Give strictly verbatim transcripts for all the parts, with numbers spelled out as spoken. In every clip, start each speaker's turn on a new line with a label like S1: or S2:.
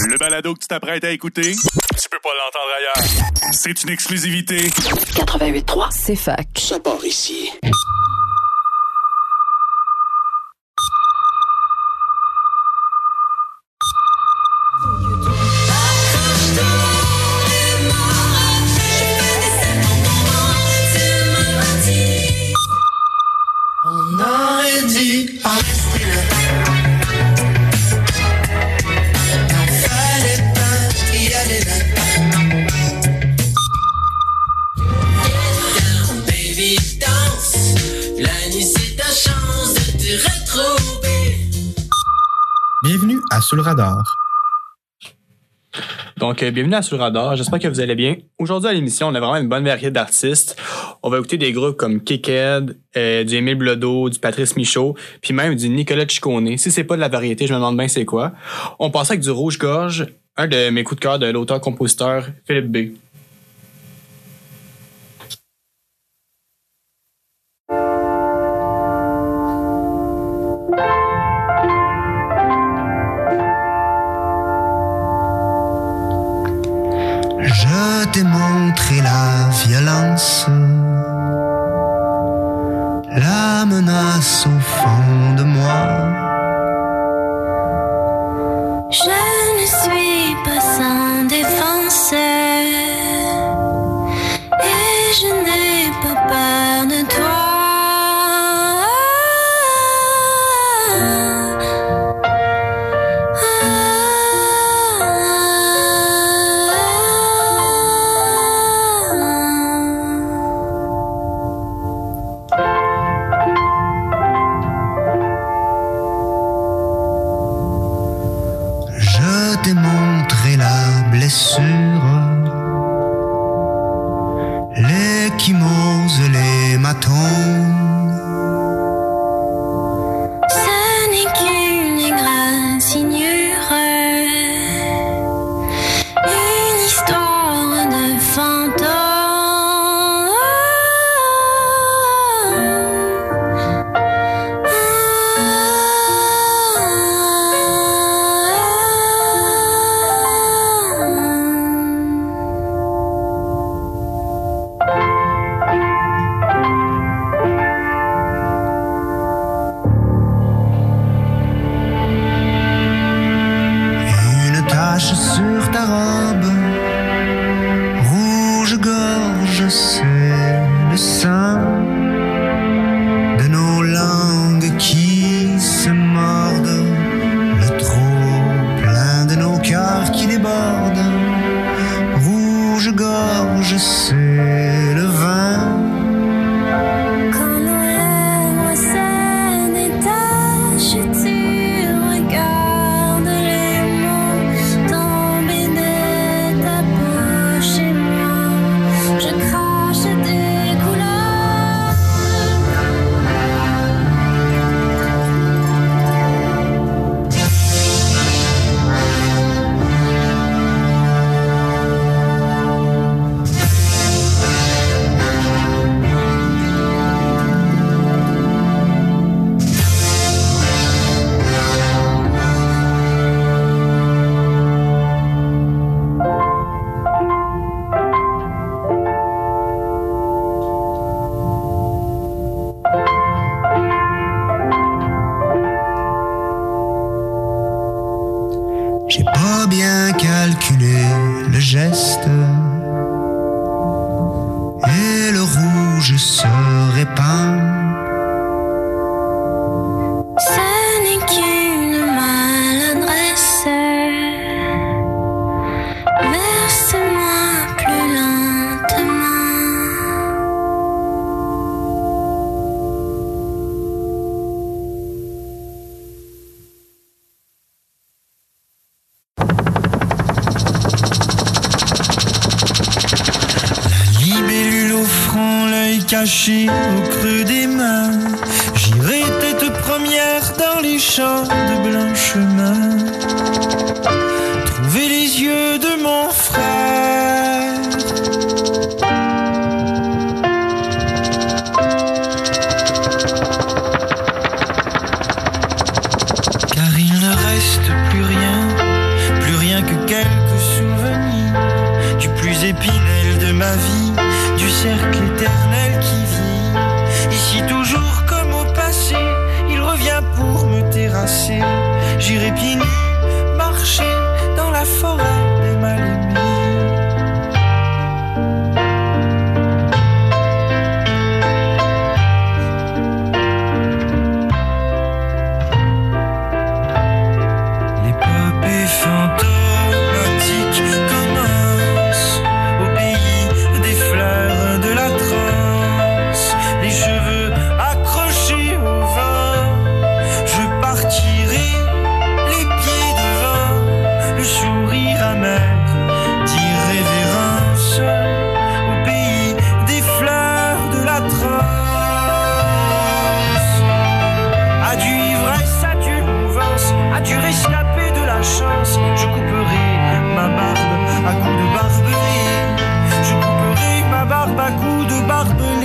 S1: Le balado que tu t'apprêtes à écouter, tu peux pas l'entendre ailleurs. C'est une exclusivité.
S2: quatre-vingt-huit trois,
S3: c'est fac.
S2: Ça part ici.
S4: On aurait dû en rester là. Non, fallait pas y aller là. Get down, baby, danse. La nuit, c'est ta chance de te retrouver.
S5: Bienvenue à Sous le radar.
S6: Donc, euh, bienvenue à Sous le radar. J'espère que vous allez bien. Aujourd'hui, à l'émission, on a vraiment une bonne variété d'artistes. On va écouter des groupes comme Kickhead, euh, du Émile Bilodeau, du Patrice Michaud, puis même du Nicolas Ciccone. Si c'est pas de la variété, je me demande bien c'est quoi. On passe avec du Rouge-Gorge, un de mes coups de cœur de l'auteur-compositeur Philippe B.
S4: Je t'ai montré la violence, la menace au fond de moi.
S7: Je ne suis pas sans défense et je n'ai pas peur de toi.
S4: Je t'ai montré la blessure, l'ecchymose, l'hématome.
S7: Ce n'est qu'une égratignure, une histoire de fantôme.
S4: Une tache sur ta robe, rouge-gorge, c'est le sang de nos langues qui se mordent, le trop plein de nos cœurs qui débordent. Rouge-gorge, c'est le vin.
S7: Quand nos lèvres se détachent, tu regardes les mots tomber de ta bouche et moi, je crache des couleurs.
S4: J'ai pas bien calculé le geste et le rouge se répand.
S7: Ce n'est qu'une maladresse. Verse-moi plus lentement.
S4: Libellule au front, l'œil caché au creux des mains. J'irai tête première dans les champs de blanc chemin. Trouver les yeux de mon frère. Car il ne reste plus rien, plus rien que quelques souvenirs du plus épinel de ma vie, du cercle éternel qui vit. Ici toujours comme au passé, il revient pour me terrasser. J'irai pieds nus marcher dans la forêt des mal-aimés. Je couperai ma barbe à coups de barbelé. Je couperai ma barbe à coups de barbelé.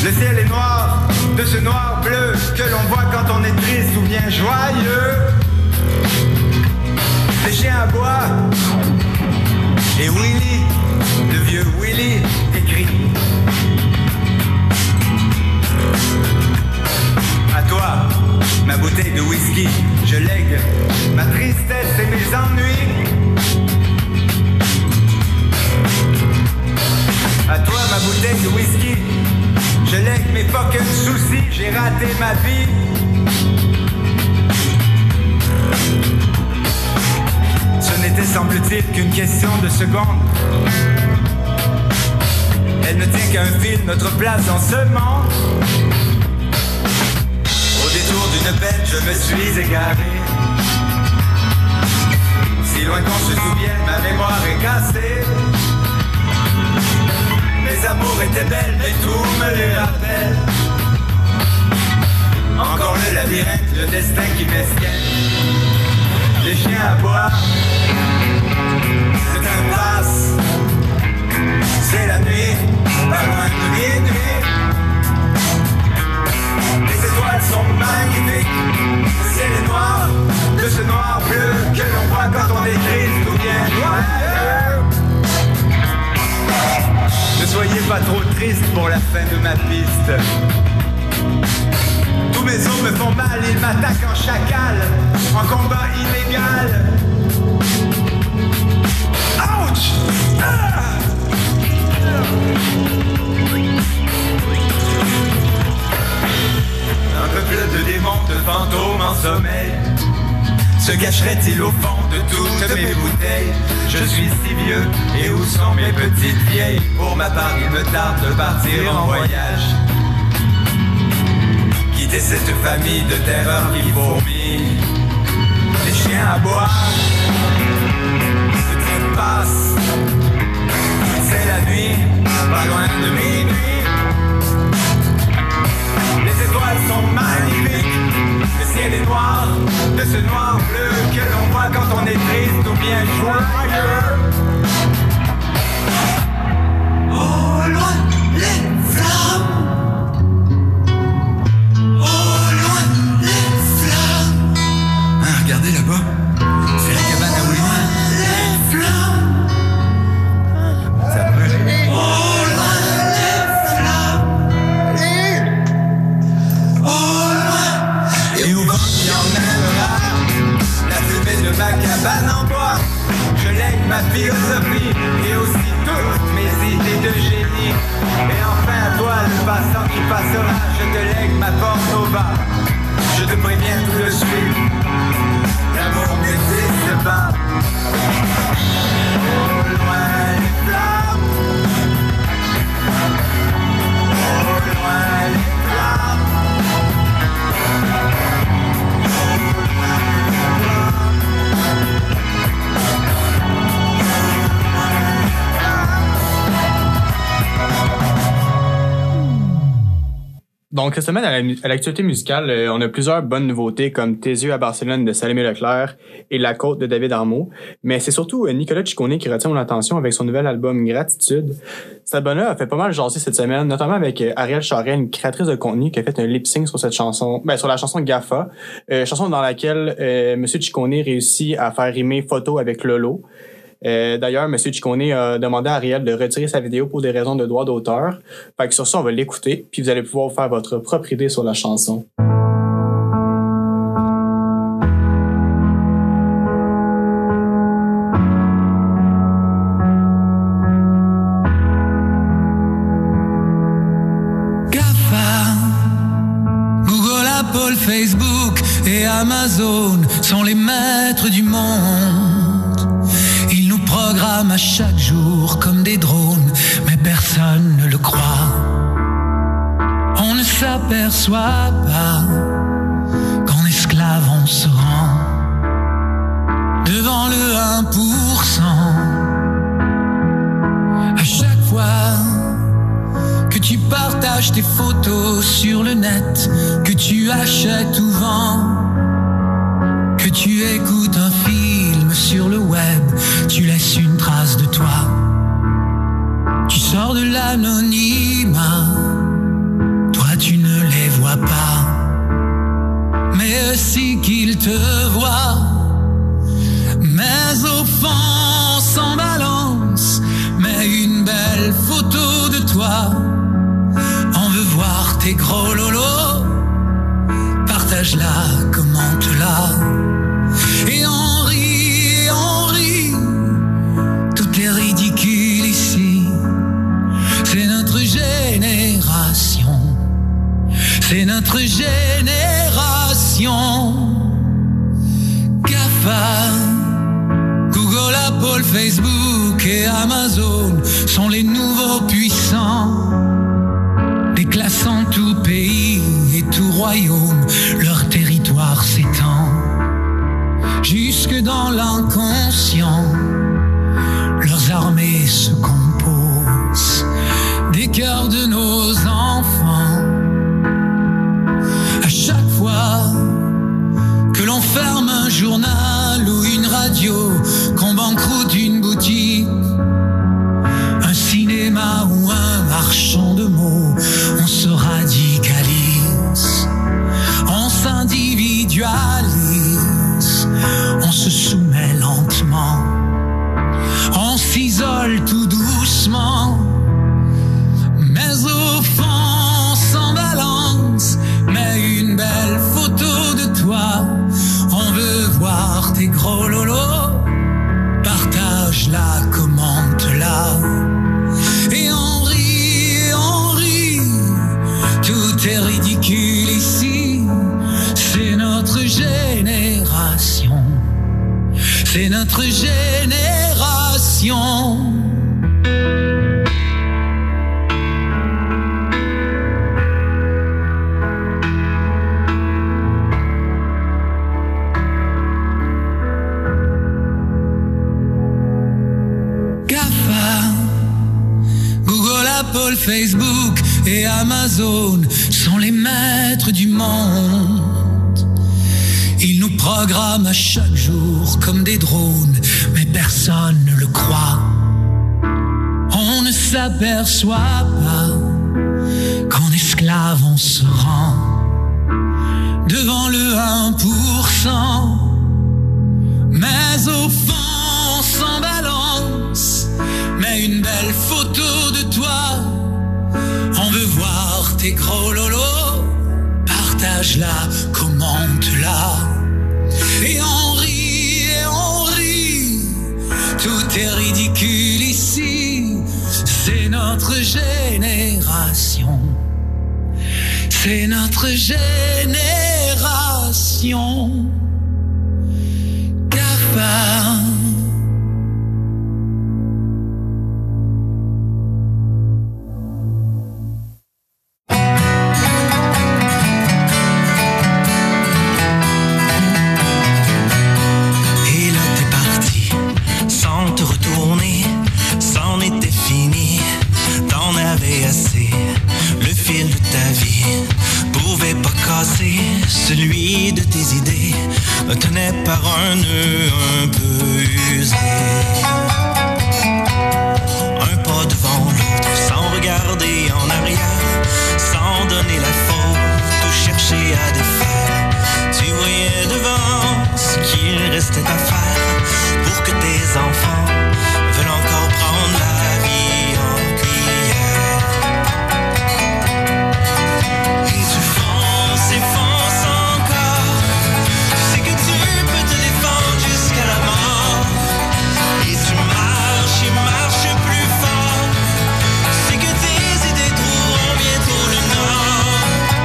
S3: Le ciel est noir, de ce noir bleu que l'on voit quand on est triste ou bien joyeux. Les chiens aboient et Willy, le vieux Willy, écrit. À toi, ma bouteille de whisky, je lègue ma tristesse et mes ennuis. À toi, ma bouteille de whisky, je lègue mes fucking soucis, j'ai raté ma vie. Ce n'était, semble-t-il, qu'une question de secondes. Elle ne tient qu'à un fil, notre place dans ce monde. Au détour d'une bête, je me suis égaré. Si loin qu'on se souvienne, ma mémoire est cassée. Mes amours étaient belles, mais tout me les rappelle. Encore le labyrinthe, le destin qui m'esquelle. Les chiens aboient, le train passe. C'est la nuit, pas loin de minuit. Les étoiles sont magnifiques. Le ciel est noir, de ce noir bleu que l'on voit quand on est triste ou bien joyeux. Ne soyez pas trop triste pour la fin de ma piste. Tous mes os me font mal, ils m'attaquent en chacal, en combat illégal. Ouch! Ah! Un peuple de démons, de fantômes en sommeil se cacherait-il au fond de toutes mes bouteilles? Je suis si vieux, et où sont mes petites vieilles? Pour ma part, il me tarde de partir en voyage, quitter cette famille de terreur qui fourmille. Les chiens aboient, le train passe, c'est la nuit, pas loin de minuit. Les étoiles sont magnifiques, le ciel est noir, de ce noir bleu que l'on voit quand on est triste ou bien joyeux. Au loin les flammes, au loin les flammes. Ah, regardez là-bas, c'est la cabane à Willy. Les flammes, ça brûle. Au loin les flammes, au loin. Et au vent qui emmènera la fumée de ma cabane en bois. Je lègue ma philosophie et aussi toutes mes idées de génie. Et enfin à toi le passant qui passera, je te lègue ma porte au bas. Je te préviens tout de suite, l'amour n'existe pas. Au loin les flammes, au loin les flammes.
S6: Donc, cette semaine, à la- à l'actualité musicale, euh, on a plusieurs bonnes nouveautés comme Tes yeux à Barcelone de Salamé Leclerc et La Côte de David Armeau. Mais c'est surtout euh, Nicolas Ciccone qui retient mon attention avec son nouvel album Gratitude. Cet album-là a fait pas mal jaser cette semaine, notamment avec euh, Ariel Charret, une créatrice de contenu qui a fait un lip-sync sur cette chanson, ben, sur la chanson Gafa, euh, chanson dans laquelle euh, Monsieur Ciccone réussit à faire rimer photo avec Lolo. Euh, d'ailleurs, M. Ciccone a demandé à Ariel de retirer sa vidéo pour des raisons de droit d'auteur. Fait que sur ça, on va l'écouter, puis vous allez pouvoir vous faire votre propre idée sur la chanson.
S8: GAFA, Google, Apple, Facebook et Amazon sont les maîtres du monde. Ils nous programment à chaque jour comme des drones, mais personne ne le croit. On ne s'aperçoit pas qu'en esclave on se rend devant le un pour cent. À chaque fois que tu partages tes photos sur le net, que tu achètes ou vends, que tu écoutes un film sur le web, tu laisses une trace de toi. Tu sors de l'anonymat tes gros lolos, partage-la, commente-la. Et on rit, et on rit, tout est ridicule ici. C'est notre génération, c'est notre génération. GAFA, Google, Apple, Facebook et Amazon sont les nouveaux puissants, déclassant tout pays et tout royaume. Leur territoire s'étend jusque dans l'inconscient. Leurs armées se composent des cœurs de nos enfants. À chaque fois que l'on ferme un journal ou une radio, qu'on banqueroute une boutique, un cinéma ou un marchand de mots, on se radicalise, on s'individualise, on se soumet lentement, on s'isole tout doucement, mais au fond on s'en balance. Mets une belle photo de toi, on veut voir tes gros lolos, partage-la, commente-la. Et on rit, et on rit, tout est ridicule ici. C'est notre génération, c'est notre génération. Apple, Facebook et Amazon sont les maîtres du monde. Ils nous programment à chaque jour comme des drones, mais personne ne le croit. On ne s'aperçoit pas qu'en esclave on se rend devant le un pour cent. Mais au fond on s'en balance. Mets une belle photo de toi, on veut voir tes gros lolos, partage-la, commente-la. Et on rit, et on rit, tout est ridicule ici. C'est notre génération, c'est notre génération. GAFA.
S4: Celui de tes idées tenait par un nœud un peu usé. Un pas devant l'autre, sans regarder en arrière, sans donner la faute ou chercher à défaire. Tu voyais devant ce qu'il restait à faire pour que tes enfants veulent encore prendre la vie en cuillère. Et tu fonces et fonces encore, tu sais que tu peux te défendre jusqu'à la mort. Et tu marches et marches plus fort, tu sais que tes idées trouveront bientôt le nord.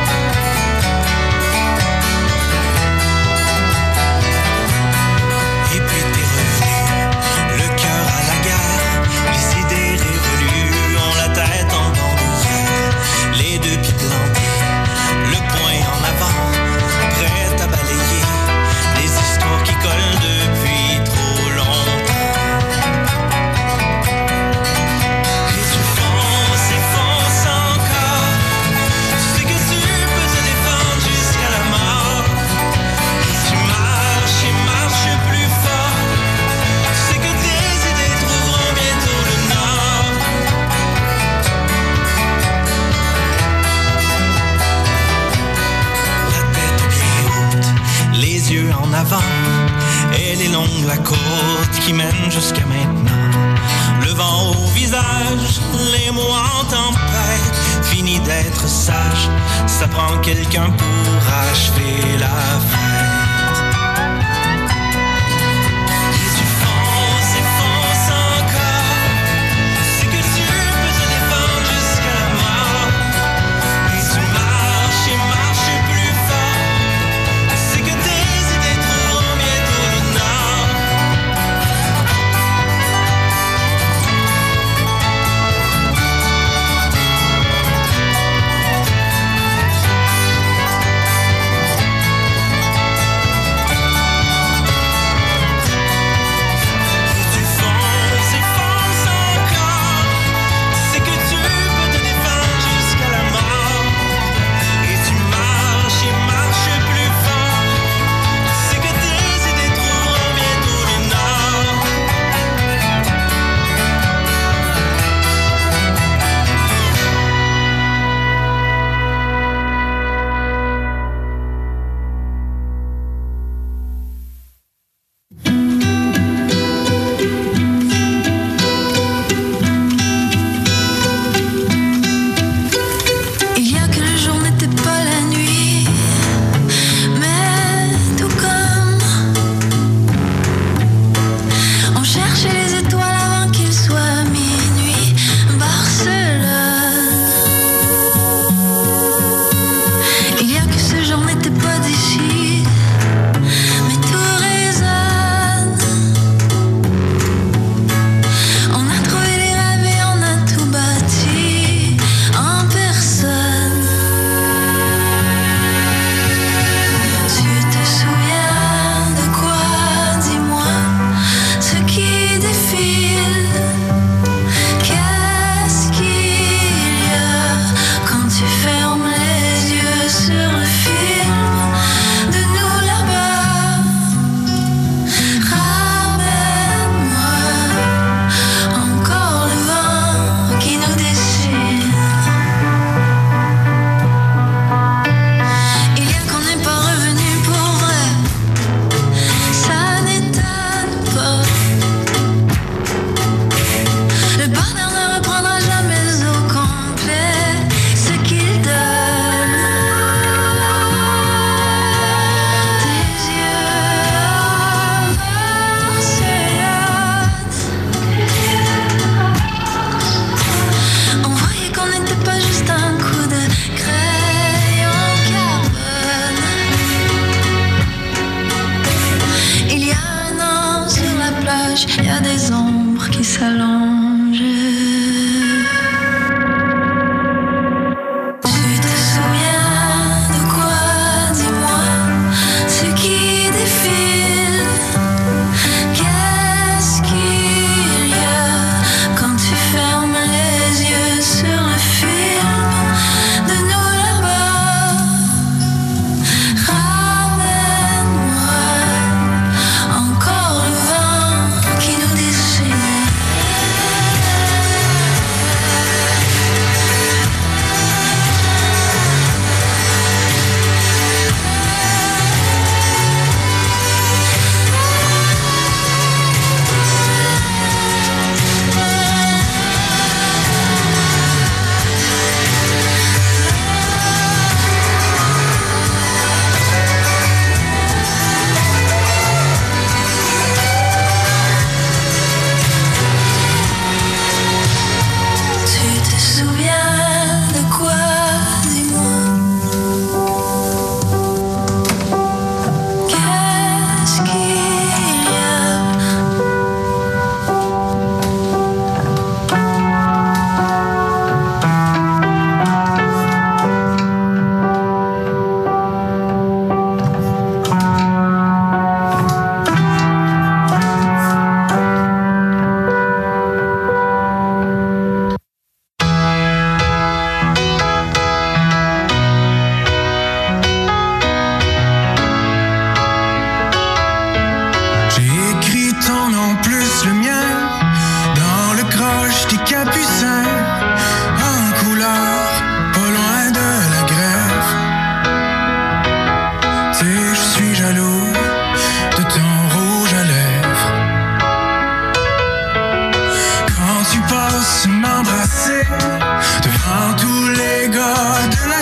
S4: Et puis t'es revenu, le cœur à la guerre, les idées révolues ont la tête en bandoulière, les deux pieds plantés, le poing en avant, prêt à balayer les histoires qui collent depuis trop longtemps. Et tu fonces et fonces encore, tu sais que tu peux te défendre jusqu'à la mort. Et tu marches et marches plus fort, tu sais que tes idées trouveront bientôt le nord. La tête bien haute, les yeux en avant, elle est longue la côte qui mène jusqu'à maintenant. Le
S9: vent au visage, les mots en tempête, fini d'être sage, ça prend quelqu'un pour achever la fête. Et tu fonces et fonces encore, c'est que tu peux te défendre jusqu'à la mort. Et tu marches et marches plus fort, c'est que tes idées trouveront bientôt le nord.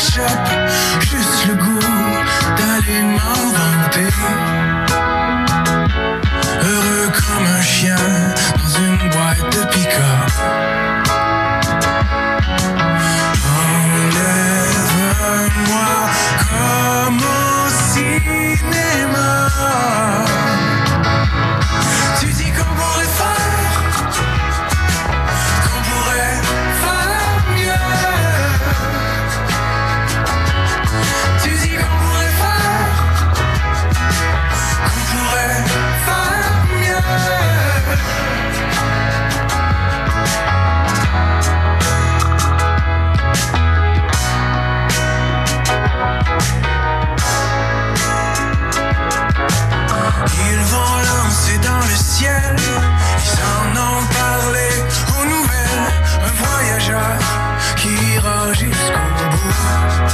S8: m'échappe juste le goût d'aller m'inventer. Heureux comme un chien dans une boîte de pick-up. Enlève-moi comme au cinéma. Tu dis qu'on pourrait faire, qu'on pourrait faire mieux. Tu dis qu'on pourrait faire, qu'on pourrait faire mieux. Ils vont lancer dans le ciel, ils en ont parlé aux nouvelles, un voyageur qui ira jusqu'au bout.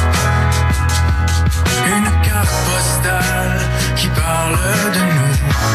S8: Une carte postale qui parle de nous.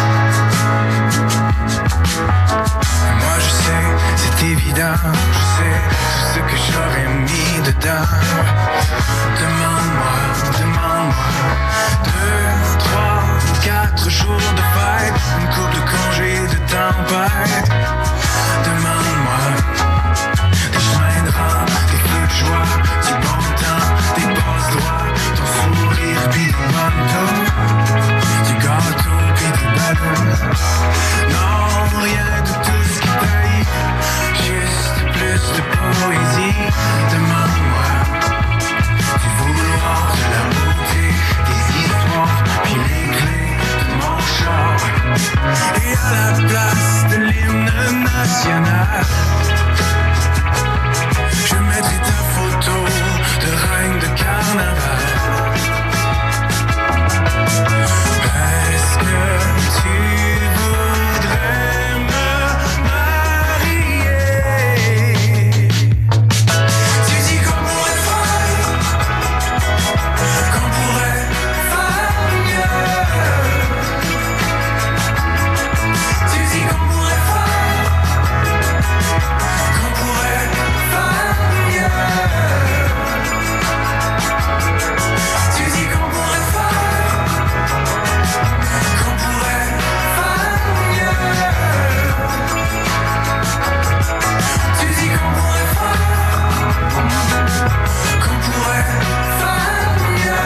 S8: Moi je sais, c'est évident, je sais tout ce que j'aurais mis dedans. Demande-moi, demande-moi, deux, trois, quatre jours de fête, une coupe de congé de tempête. Demande-moi, des chemins de rame, des feux de joie, du bon temps, des passes droits, ton sourire pis des manteaux, du gâteau pis des ballons. Non, rien de tout ce qui taille, juste plus de poésie. Demande-moi du vouloir, de la beauté, des histoires, puis les clés de mon char. Et à la place de l'hymne national, je mettrai ta photo de reine de carnaval. Est-ce que tu voudrais me marier? Tu dis qu'on pourrait faire, qu'on pourrait faire mieux. Tu dis qu'on pourrait faire, qu'on pourrait faire mieux. Tu dis qu'on pourrait faire, qu'on pourrait faire mieux. Tu dis qu'on pourrait faire, qu'on pourrait faire mieux.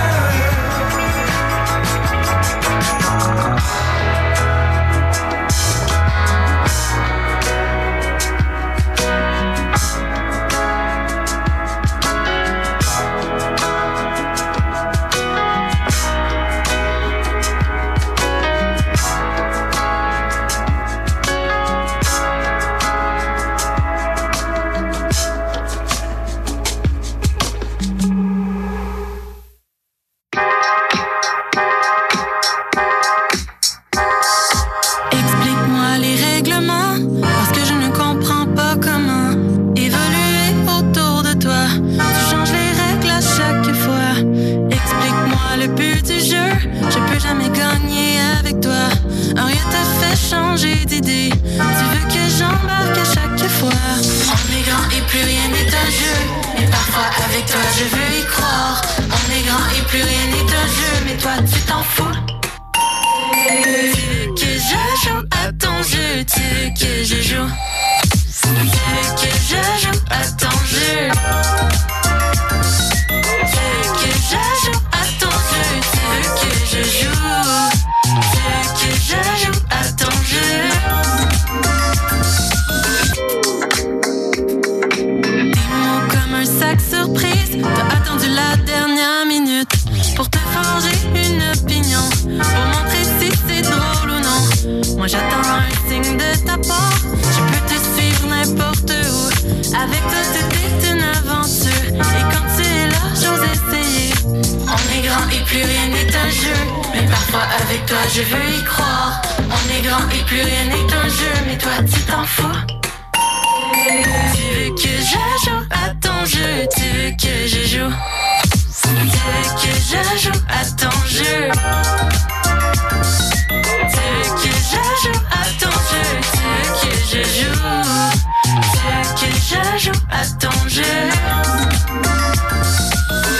S8: Explique-moi les règlements, parce que je ne comprends pas comment évoluer autour de toi. Tu changes les règles à chaque fois. Explique-moi le but du jeu, je peux jamais gagner avec toi. Rien t'a fait changer d'idée, tu veux que j'embarque à chaque fois. On est grand et plus rien n'est un jeu, mais parfois avec toi je veux y croire. On est grand et plus rien n'est un jeu, mais toi tu t'en fous. Tu veux que je joue à ton jeu, tu veux que je joue. Tu veux que je joue à ton jeu. Tu veux que je joue à ton jeu, tu veux que je joue. Tu veux que je joue à ton jeu. Des mots comme un sac surprise, t'as attendu la dernière minute pour te forger une opinion, pour montrer si c'est drôle ou non. Moi j'attends un signe de ta part, je peux te suivre n'importe où. Avec toi tout est une aventure, et quand tu es là j'ose essayer. On est grand et plus rien n'est un jeu, mais parfois avec toi je veux y croire. On est grand et plus rien n'est un jeu, mais toi tu t'en fous. Tu veux que je joue à ton jeu, tu veux que je joue. Tu veux que je joue à ton jeu. Tu veux que je joue à ton jeu. Tu veux que je joue. Tu veux que je joue à ton jeu.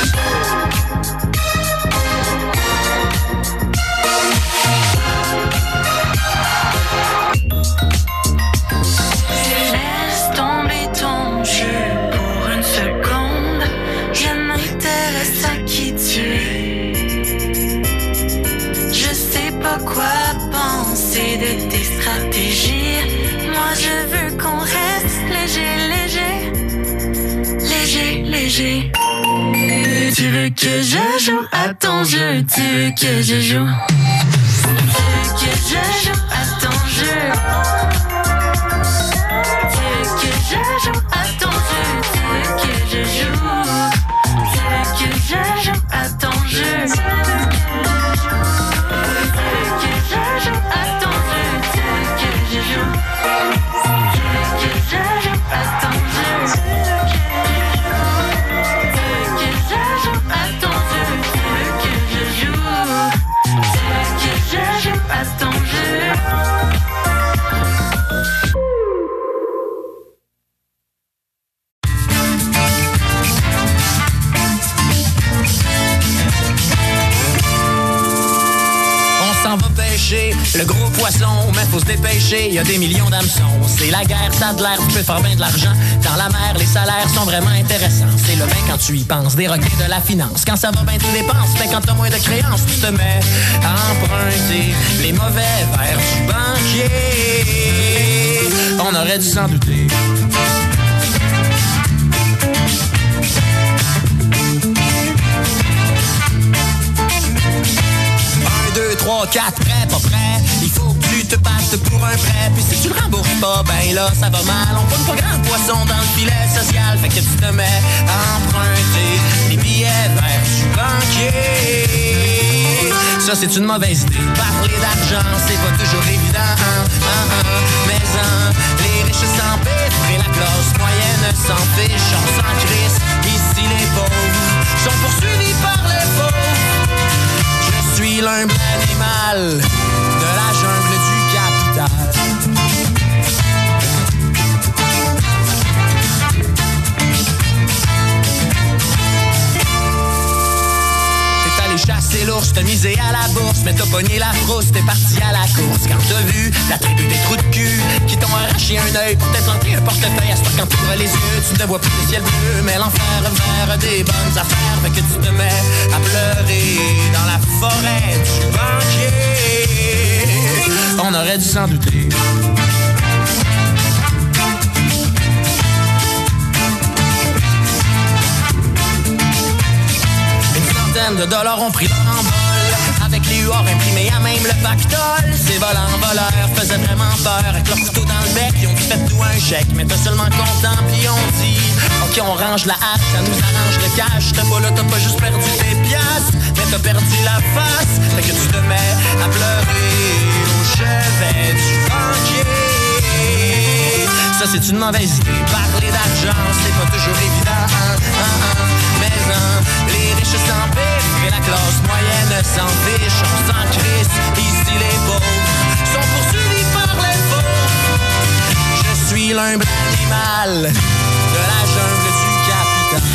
S7: Tu veux que je joue à ton jeu? Tu veux que je joue? Tu veux que je joue à ton jeu? Tu veux que je joue à ton jeu? Tu veux que je joue? Tu veux que je joue à ton jeu? Tu veux que je joue à ton jeu? Tu veux que je joue? Tu veux que je joue à ton jeu? À ton jeu.
S10: On s'en va pêcher le gros poisson, mais faut se dépêcher, y a des millions d'hameçons. C'est la guerre, ça a de l'air, tu peux faire bien de l'argent. Dans la mer, les salaires sont vraiment intéressants. C'est le bain quand tu y penses, des requins de la finance. Quand ça va bien, tu dépenses, mais quand t'as moins de créances, tu te mets à emprunter les mauvais vers du banquier. On aurait dû s'en douter. deux, trois, quatre, prêt, pas prêt. Il faut que tu te battes pour un prêt. Puis si tu le rembourses pas, ben là, ça va mal. On pogne pas grand poisson dans le filet social. Fait que tu te mets à emprunter des billets vers du banquier. Ça, c'est une mauvaise idée. Parler d'argent, c'est pas toujours évident. Hein, hein, hein. Mais hein, les riches s'empiffrent et la classe moyenne s'en fiche. On s'en crisse. Ici, les pauvres sont poursuivis par les pauvres. Je suis l'humble animal de la jungle du capital. T'es allé chasser l'ours, t'as misé à la bourse, mais t'as pogné la frousse, t'es parti à la course. Quand t'as vu la tribu des trous de cul qui t'ont arraché un œil pour t'implanter un portefeuille, à ce quand tu ouvres les yeux, tu ne vois plus le ciel bleu, mais l'enfer vers des bonnes affaires. Fait que tu te mets à pleurer dans la forêt du banquier. On aurait dû s'en douter. De dollars ont pris leur envol avec les huards imprimés à même le pactole. Ces volants voleurs faisaient vraiment peur avec leur couteau dans le bec. Ils ont dit faites-nous un chèque, mais t'es seulement content. Puis on dit ok, on range la hache, ça nous arrange le cash. T'as pas là, t'as pas juste perdu tes piastres, mais t'as perdu la face. Fait que tu te mets à pleurer au chevet du banquier. Ça c'est une mauvaise idée. Parler d'argent, c'est pas toujours évident. Hein, hein, hein. Mais hein, les riches s'empiffrent et la classe moyenne s'en fiche. On s'en crisse, ici les pauvres sont poursuivis par les pauvres. Je suis l'humble animal de la jungle du capital.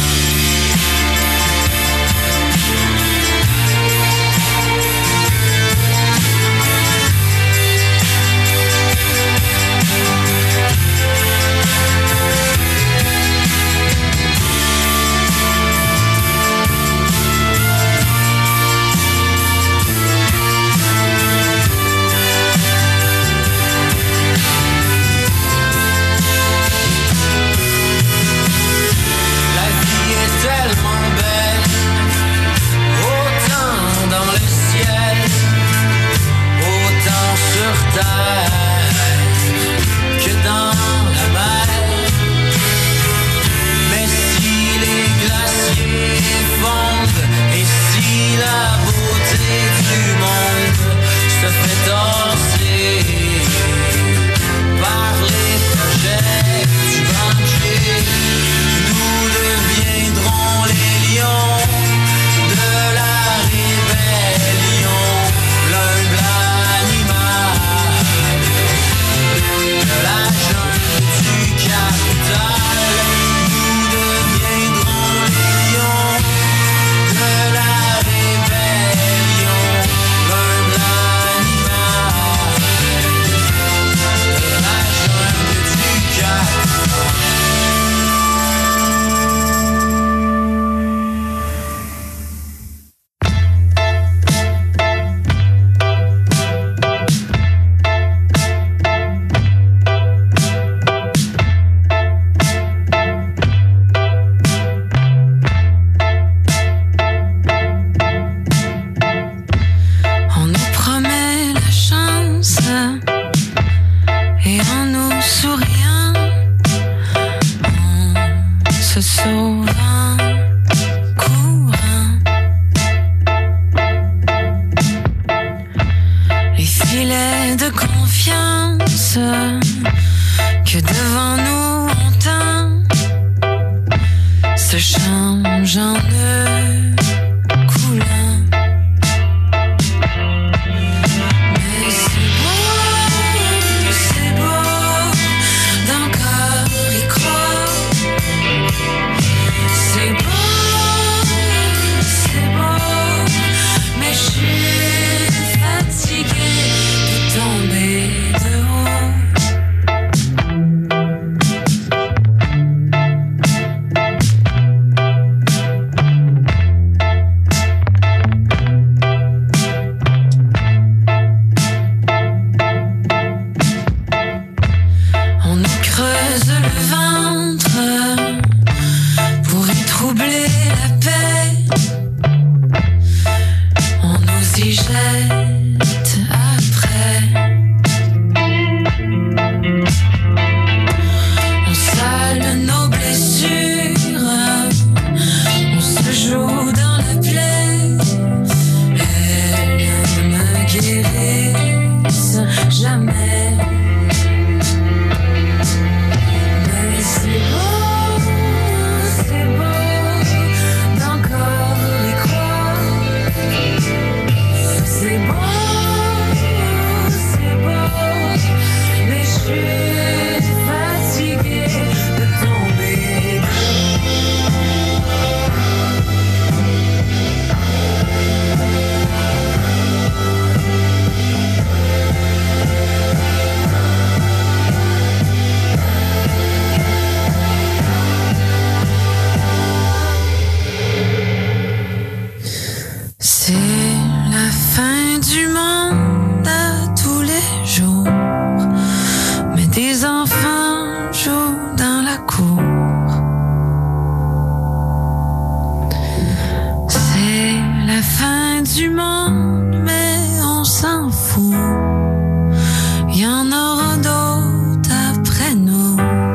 S7: du monde, mais on s'en fout. Y en aura d'autres après nous.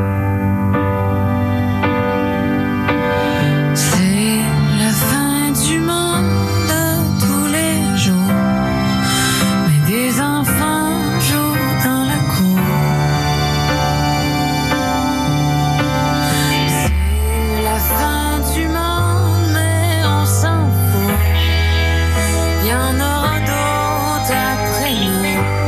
S7: C'est la fin du monde tous les jours, mais des enfants jouent dans la cour. C'est la fin du monde, mais on s'en fout. Y en aura d'autres après nous.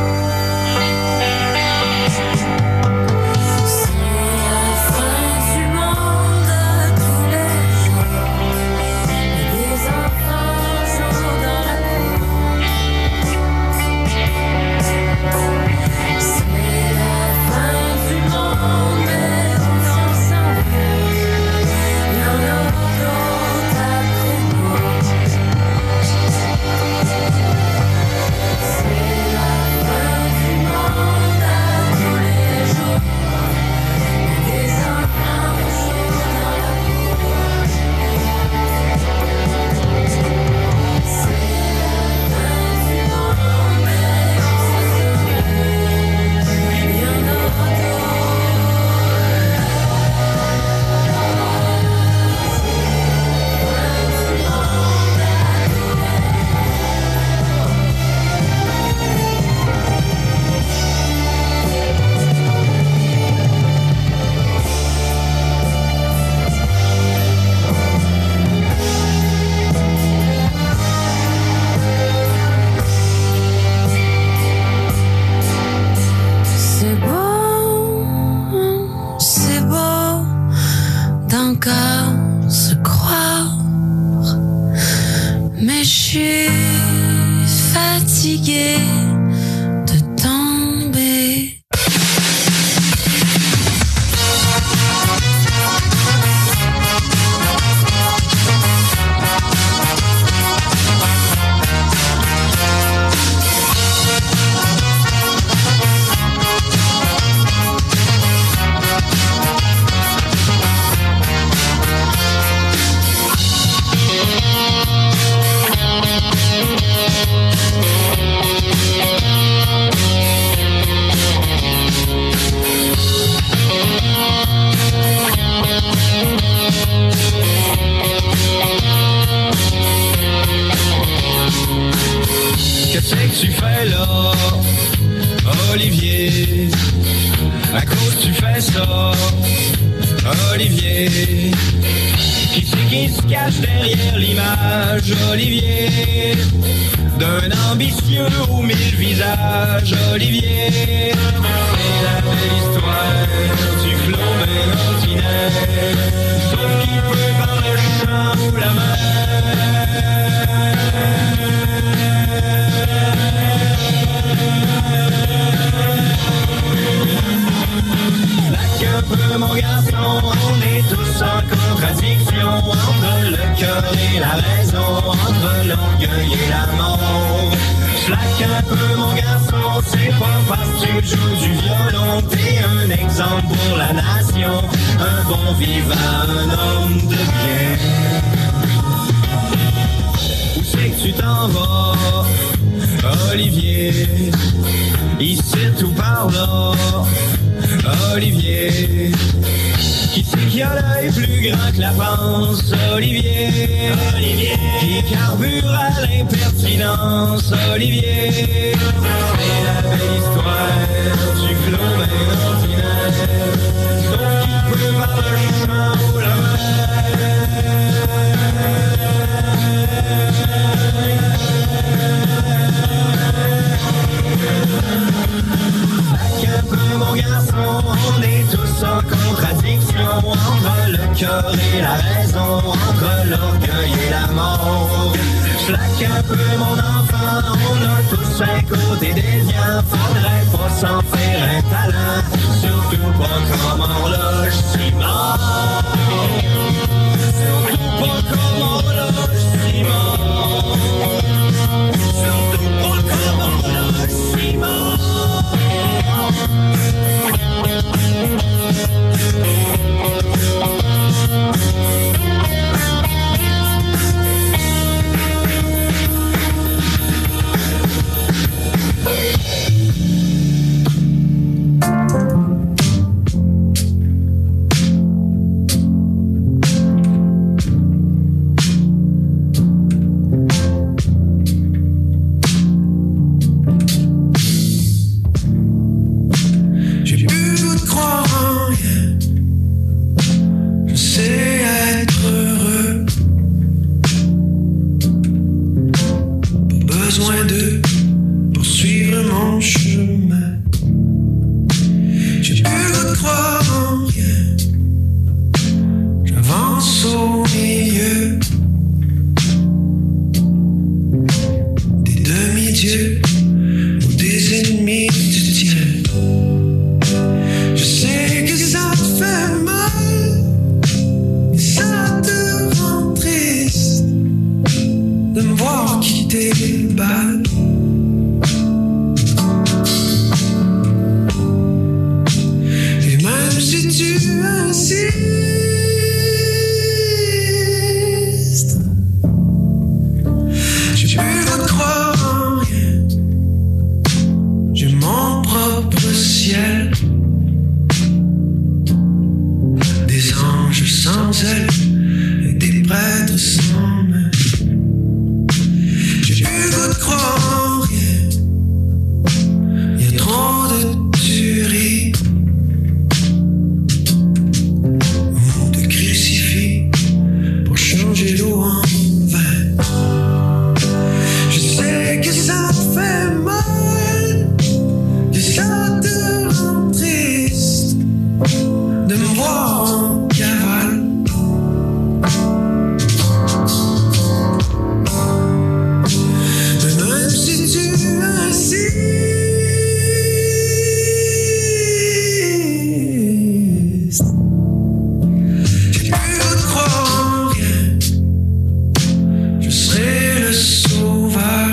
S7: C'est beau, c'est beau d'encore se croire, mais je suis fatiguée de tomber.
S3: Qu'est-ce que tu fais là, Olivier? À cause tu fais ça, Olivier? Qui c'est qui se cache derrière l'image, Olivier? D'un ambitieux aux mille visages, Olivier? C'est la belle histoire du clos ordinaire, sauf qu'il peut par le champ ou la Slack un peu mon garçon, on est tous en contradiction entre le cœur et la raison, entre l'orgueil et l'amour. Slack un peu mon garçon, c'est pas parce que tu joues du violon, t'es un exemple pour la nation, un bon vivant, un homme de bien. Où c'est que tu t'en vas, Olivier? Ici tout par là, Olivier? Qui c'est qui a l'œil plus grand que la France, Olivier? Olivier? Qui carbure à l'impertinence, Olivier? C'est la belle histoire du clos ordinaire, sauf qu'il peut par le champ ou la un peu mon garçon, on est tous en contradiction entre le cœur et la raison, entre l'orgueil et la mort. Slack un peu mon enfant, on a tous un côté déviant, faudrait pas s'en faire un talent, surtout pas comme horloge ciment. Surtout pas comme horloge ciment. Surtout pas comme horloge ciment.
S8: adieu où des ennemis te tiennent. Je sais que ça te fait mal, et ça te rend triste de me voir quitter le bal. Et même si tu insistes, j'ai plus le croire en rien. J'ai mon propre ciel, des anges sans ailes et des prêtres sans main. J'ai plus le croire en rien. Y'a trop de tueries ou de crucifix pour changer l'eau en vin. Je sais que ça te fait mal, que ça te rend triste de me voir en cavale. Mais même si tu insistes, j'ai plus de croire en rien. Je serai le sauveur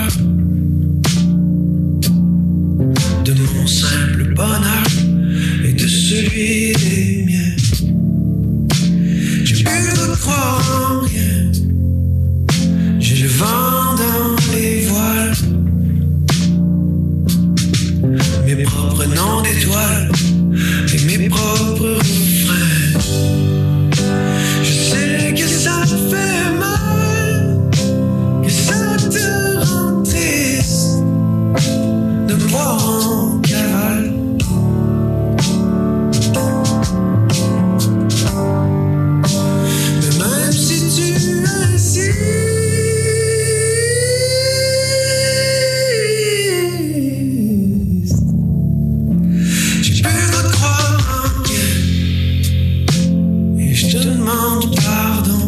S8: de mon simple bonheur et de celui des miens. J'ai plus de croire en rien. J'ai le vent dans les voiles, mes propres noms d'étoiles et mes propres refrains. Je sais que ça te fait mal, que ça te rend triste de me voir en cavale. Mais même si tu insistes, j'ai plus de croire en rien. Et je te demande pardon.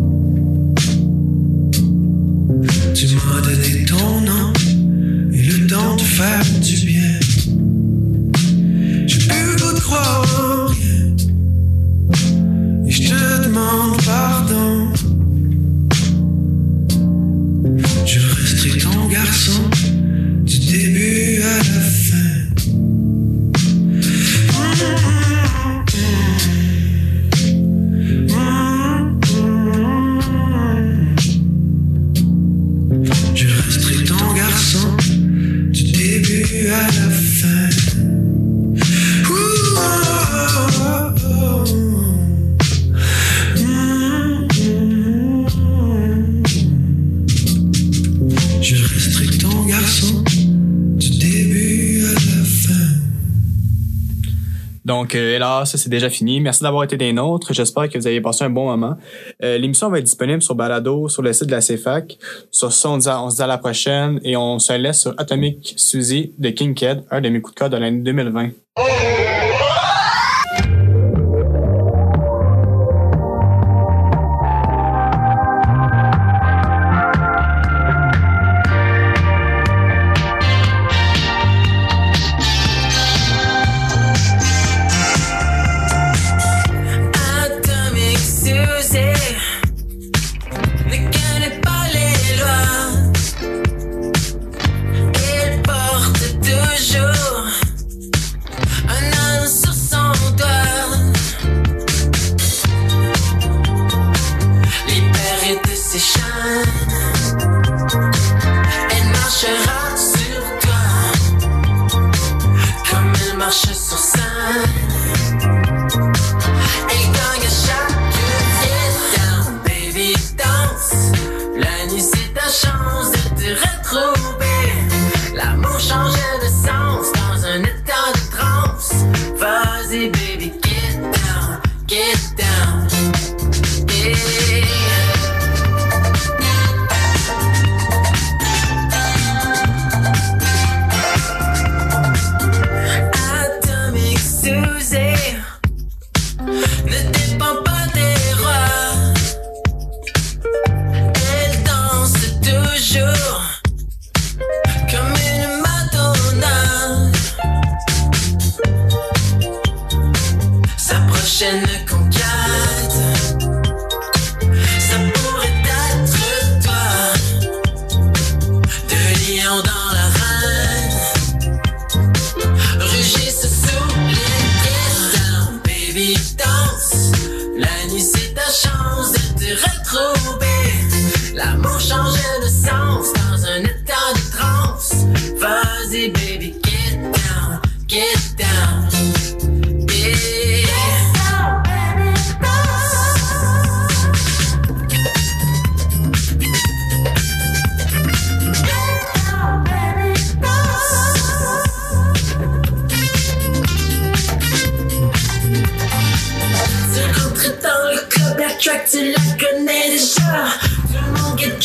S8: Tu m'as donné ton nom et le don de faire du bien. J'ai plus de croire en rien. Et je te demande pardon. Je resterai ton garçon du début à la fin. Je resterai ton garçon du début à la fin. Ouh, oh, oh, oh. Je resterai ton garçon du début à la fin.
S6: Donc, euh, hélas, ça c'est déjà fini. Merci d'avoir été des nôtres. J'espère que vous avez passé un bon moment. Euh, l'émission va être disponible sur Balado, sur le site de la C F A C. Sur ça, on, dit à, on se dit à la prochaine et on se laisse sur Atomic Suzy de King Ked, un de mes coups de cœur de l'année deux mille vingt.
S7: Atomic Suzy ne connaît pas les lois. Il porte toujours un anneau sur son doigt. Libérée de ses chaînes, elle marchera sur toi comme elle marche sur scène. Elle gagne à chaque get down, baby danse. La nuit c'est ta chance de te retrouver. L'amour changeait de sens dans un état de transe. Vas-y baby, get down, get down. Yeah. Atomic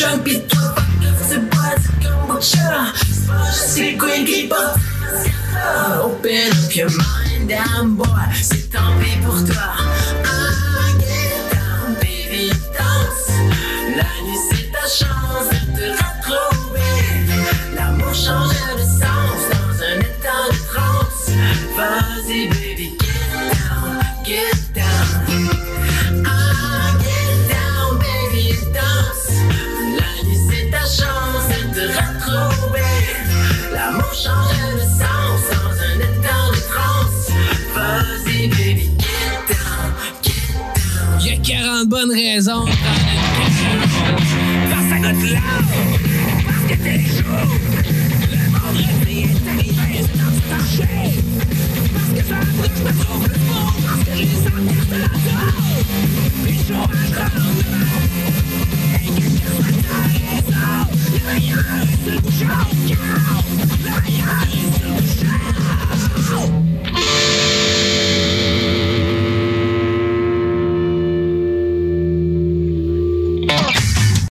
S7: chum pis toi fuck off, c'est pas du kombucha. C'est pas juste les queens qui portent open up your mind down boy, c'est tant pis pour toi. Ah, get down, baby, danse. La nuit c'est ta chance de te retrouver. L'amour change de sens dans un état de transe. Vas-y baby, get down, get down. Ah, get down, baby, danse. La nuit c'est ta chance de te retrouver. L'amour change de sens dans un état de transe. Vas-y baby, get down, get down.
S11: Y'a quarante bonnes raisons parce que ça goûte l'âme, parce que t'es chaud. Le vendredi est arrivé, c'est dans ce marché. Parce que ça a pris que je me trouve le fond. Parce que j'ai sans carte la dehors. Puis chaud à je rentre. Hey,